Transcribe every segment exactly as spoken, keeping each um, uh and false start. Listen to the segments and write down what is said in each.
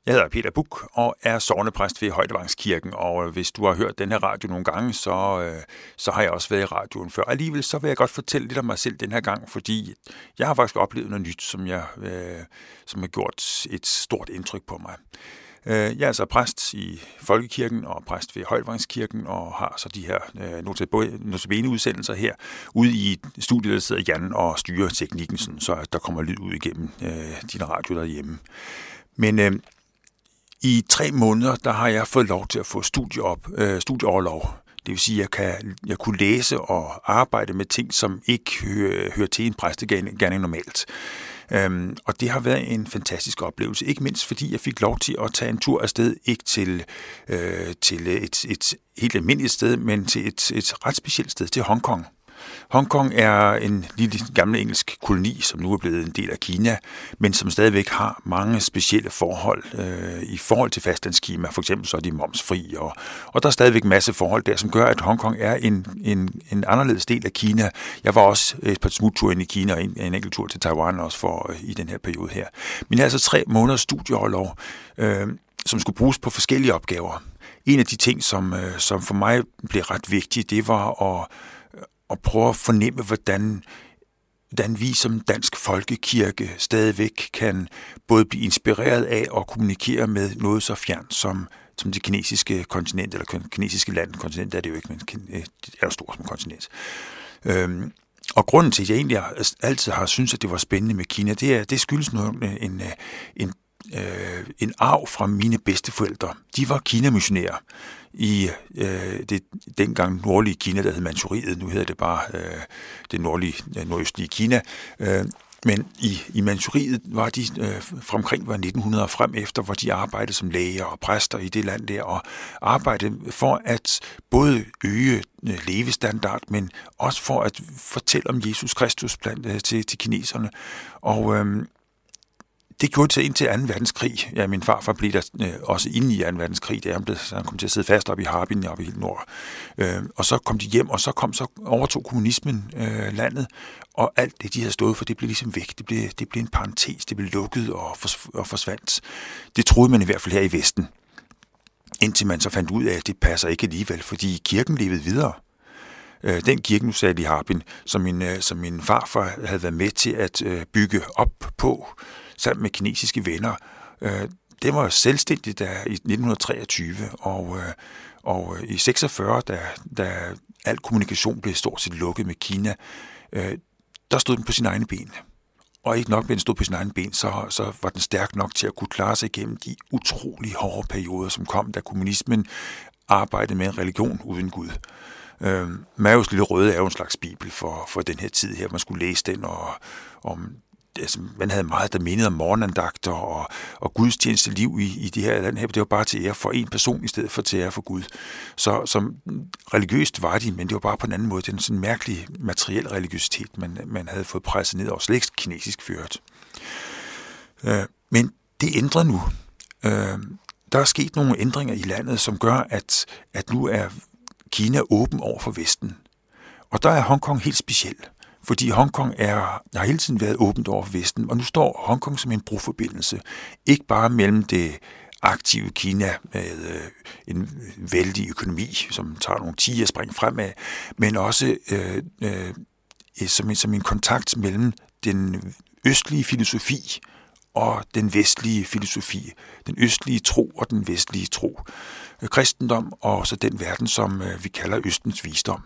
Jeg hedder Peter Buch og er sognepræst ved Højdevangskirken, og hvis du har hørt den her radio nogle gange, så, så har jeg også været i radioen før. Alligevel så vil jeg godt fortælle lidt om mig selv den her gang, fordi jeg har faktisk oplevet noget nyt, som, jeg, som har gjort et stort indtryk på mig. Jeg er altså præst i Folkekirken og præst ved Højdevangskirken og har så de her notabene udsendelser her ude i studiet, der sidder Jan og styrer teknikken, sådan, så der kommer lyd ud igennem øh, din radio derhjemme. Men øh, i tre måneder, der har jeg fået lov til at få studieop, øh, studieoverlov. Det vil sige, at jeg, kan, jeg kunne læse og arbejde med ting, som ikke hører, hører til en præstegerning normalt. Øhm, og det har været en fantastisk oplevelse, ikke mindst fordi jeg fik lov til at tage en tur afsted, ikke til, øh, til et, et helt almindeligt sted, men til et, et ret specielt sted, til Hongkong. Hongkong er en lille gammel engelsk koloni, som nu er blevet en del af Kina, men som stadigvæk har mange specielle forhold øh, i forhold til fastlandskina. For eksempel så er de momsfri, og, og der er stadigvæk en masse forhold der, som gør, at Hongkong er en, en, en anderledes del af Kina. Jeg var også et par smutture ind i Kina og en, en enkelt tur til Taiwan også for øh, i den her periode her. Men altså tre måneders studieoverlov, øh, som skulle bruges på forskellige opgaver. En af de ting, som, øh, som for mig blev ret vigtigt, det var at og prøve at fornemme, hvordan, hvordan vi som dansk folkekirke stadigvæk kan både blive inspireret af og kommunikere med noget så fjernt som, som det kinesiske kontinent, eller kinesiske land. Kontinent er det jo ikke, men det er jo stort som kontinent. Øhm, og grunden til, at jeg egentlig altid har syntes, at det var spændende med Kina, det er, det skyldes noget, en, en, øh, en arv fra mine bedsteforældre. De var Kina-missionærer i øh, det dengang nordlige Kina, der hed Manchuriet. Nu hedder det bare øh, det nordlige, nordøstlige Kina. Øh, men i, i Manchuriet var de øh, fra omkring var nitten hundrede og frem efter, hvor de arbejdede som læger og præster i det land der, og arbejdede for at både øge øh, levestandard, men også for at fortælle om Jesus Kristus blandt, øh, til, til kineserne. Og øh, det gjorde det så indtil anden verdenskrig. Ja, min farfar blev der øh, også inde i anden verdenskrig, da han, blev, han kom til at sidde fast oppe i Harbin, oppe i helt nord. Øh, og så kom de hjem, og så kom så overtog kommunismen øh, landet, og alt det, de havde stået for, det blev ligesom væk. Det blev, det blev en parentes, det blev lukket og, fors, og forsvandt. Det troede man i hvert fald her i Vesten, indtil man så fandt ud af, at det passer ikke alligevel, fordi kirken levede videre. Øh, den kirke, nu sagde de Harbin, som min, øh, som min farfar havde været med til at øh, bygge op på, sammen med kinesiske venner. Øh, det var selvstændigt der i nitten treogtyve, og, øh, og i seksogfyrre, da, da al kommunikation blev stort set lukket med Kina, øh, der stod den på sine egne ben. Og ikke nok med, at den stod på sine egne ben, så, så var den stærk nok til at kunne klare sig igennem de utrolig hårde perioder, som kom, da kommunismen arbejdede med en religion uden Gud. Øh, Maos lille røde er jo en slags bibel for, for den her tid her. Man skulle læse den, og om altså, man havde meget, der mindede om morgenandagter og, og gudstjeneste liv i, i det her land her. Det var bare til ære for en person, i stedet for til ære for Gud. Så som religiøst var de, men det var bare på en anden måde. Det er en sådan mærkelig materiel religiøsitet, man, man havde fået presset ned over, slet ikke kinesisk ført. Øh, men det ændrer nu. Øh, der er sket nogle ændringer i landet, som gør, at, at nu er Kina åben over for Vesten. Og der er Hongkong helt speciel. Fordi Hongkong er, har hele tiden været åbent over for Vesten, og nu står Hongkong som en broforbindelse. Ikke bare mellem det aktive Kina med en vældig økonomi, som tager nogle tiger spring fremad, men også øh, øh, som, en, som en kontakt mellem den østlige filosofi og den vestlige filosofi. Den østlige tro og den vestlige tro. Kristendom og så den verden, som øh, vi kalder Østens visdom.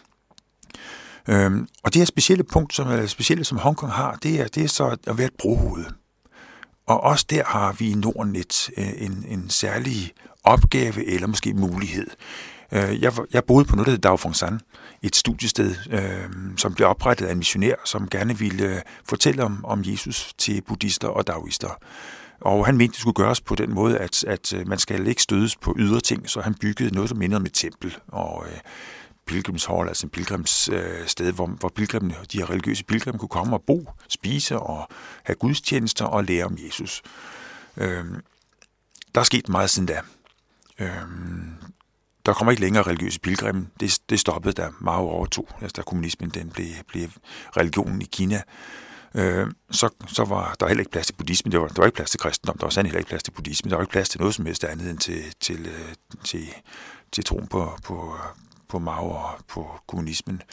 Øhm, og det her specielle punkt, som er specielle, som Hongkong har, det er, det er så at være et brohoved. Og også der har vi i Norden et, en, en særlig opgave, eller måske mulighed. Jeg, jeg boede på noget, der hedder Daofengsan, et studiested, øh, som blev oprettet af en missionær, som gerne ville fortælle om, om Jesus til buddhister og daoister. Og han mente, det skulle gøres på den måde, at, at man skal ikke stødes på ydre ting, så han byggede noget, der mindede om et tempel. Og øh, pilgrimshall, altså en pilgrimssted, øh, hvor, hvor pilgrimene, de her religiøse pilgrimme kunne komme og bo, spise og have gudstjenester og lære om Jesus. Øh, der er sket meget siden da. Øh, der kommer ikke længere religiøse pilgrimme. Det, det stoppede, da Mao overtog, altså da kommunismen den blev, blev religionen i Kina. øh, så, så var der heller ikke plads til buddhisme, der var, der var ikke plads til kristendom, der var sandelig heller ikke plads til buddhisme, der var ikke plads til noget som helst andet end til, til, til, til troen på, på, på Mao og på kommunismen.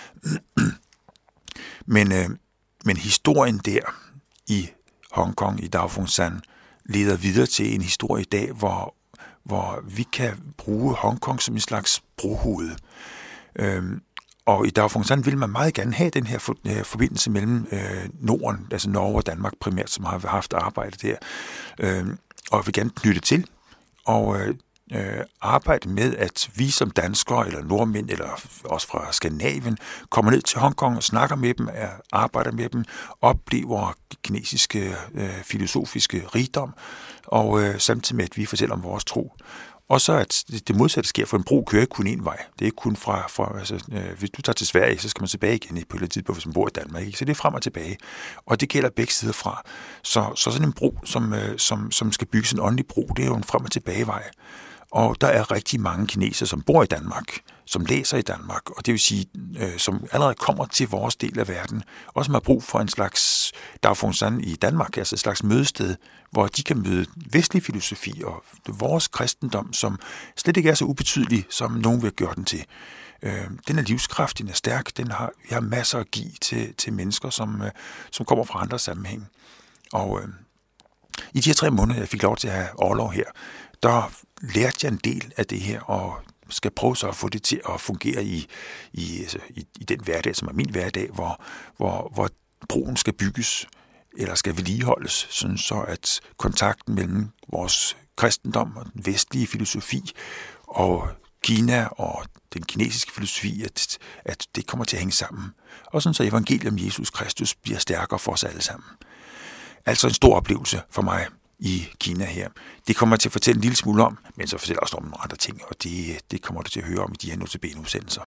Men, øh, men historien der i Hongkong, i Daofung-san, leder videre til en historie i dag, hvor, hvor vi kan bruge Hongkong som en slags brohoved. Øhm, og i Daofung-san vil man meget gerne have den her, for, her forbindelse mellem øh, Norden, altså Norge og Danmark primært, som har haft arbejde der, øhm, og vil gerne knytte til, og øh, øh, arbejde med, at vi som danskere, eller nordmænd, eller også fra Skandinavien, kommer ned til Hongkong og snakker med dem, arbejder med dem, oplever kinesiske øh, filosofiske rigdom, og øh, samtidig med, at vi fortæller om vores tro. Og så at det modsatte sker, for en bro kører ikke kun en vej. Det er ikke kun fra, fra altså, øh, hvis du tager til Sverige, så skal man tilbage igen på et eller andet tidspunkt, hvis man bor i Danmark. Ikke? Så det er frem og tilbage. Og det gælder begge sider fra. Så, så sådan en bro, som, øh, som, som skal bygges en åndelig bro, det er jo en frem og tilbage vej. Og der er rigtig mange kinesere, som bor i Danmark, som læser i Danmark, og det vil sige, øh, som allerede kommer til vores del af verden, og som har brug for en slags Daofung-san i Danmark, altså et slags mødested, hvor de kan møde vestlig filosofi og vores kristendom, som slet ikke er så ubetydelig, som nogen vil gøre den til. Øh, den er livskraftig, den er stærk, den har, vi har masser at give til, til mennesker, som, øh, som kommer fra andre sammenhæng. Og øh, i de her tre måneder, jeg fik lov til at have orlov her, der lærte jeg en del af det her, og skal prøve så at få det til at fungere i, i, altså, i, i den hverdag, som er min hverdag, hvor, hvor, hvor broen skal bygges, eller skal vedligeholdes, sådan så at kontakten mellem vores kristendom og den vestlige filosofi og Kina og den kinesiske filosofi, at, at det kommer til at hænge sammen. Og sådan så evangeliet om Jesus Kristus bliver stærkere for os alle sammen. Altså en stor oplevelse for mig i Kina her. Det kommer jeg til at fortælle en lille smule om, men så fortæller jeg også om nogle andre ting, og det, det kommer du til at høre om i de her notabene-udsendelser.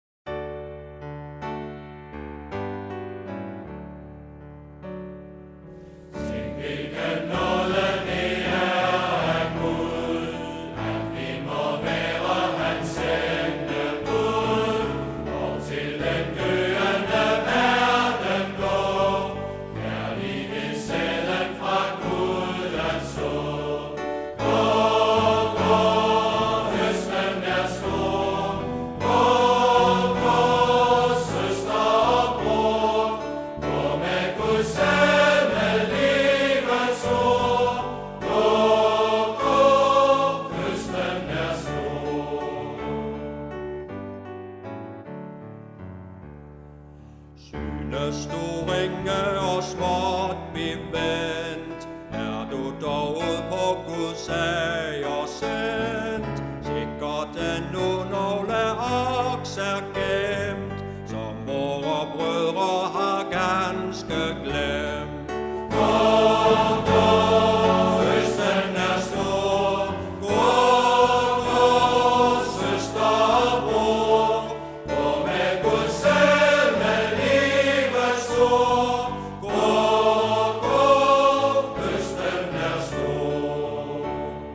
Synes du ringe og småt bevendt, er du dog ud på Guds sager sendt. Sikkert endnu nogle aks er gemt, som vore brødre har ganske glemt. Gå, gå, høsten er stor. Gå, gå, søster og bror. Gå med Guds selv med livets ord. Gå, gå, høsten er stor.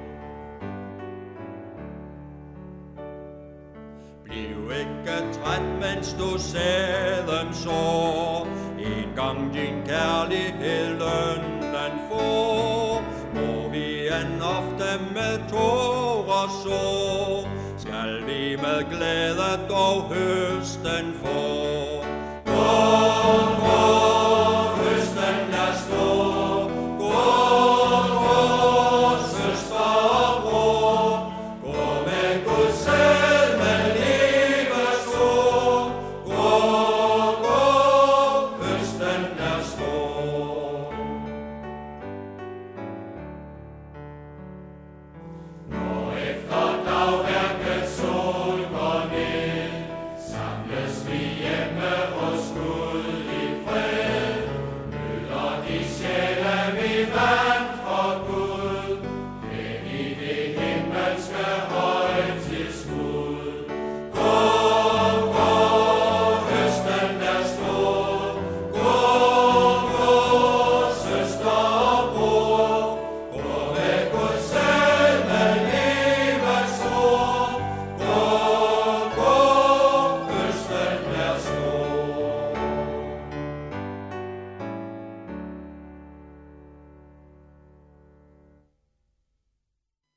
Bliv ikke træt, mens du sæden sår. En gang din kærlighed lønnen får, må vi end ofte med tårer så, skal vi med glæde dog høsten få. Gå, gå,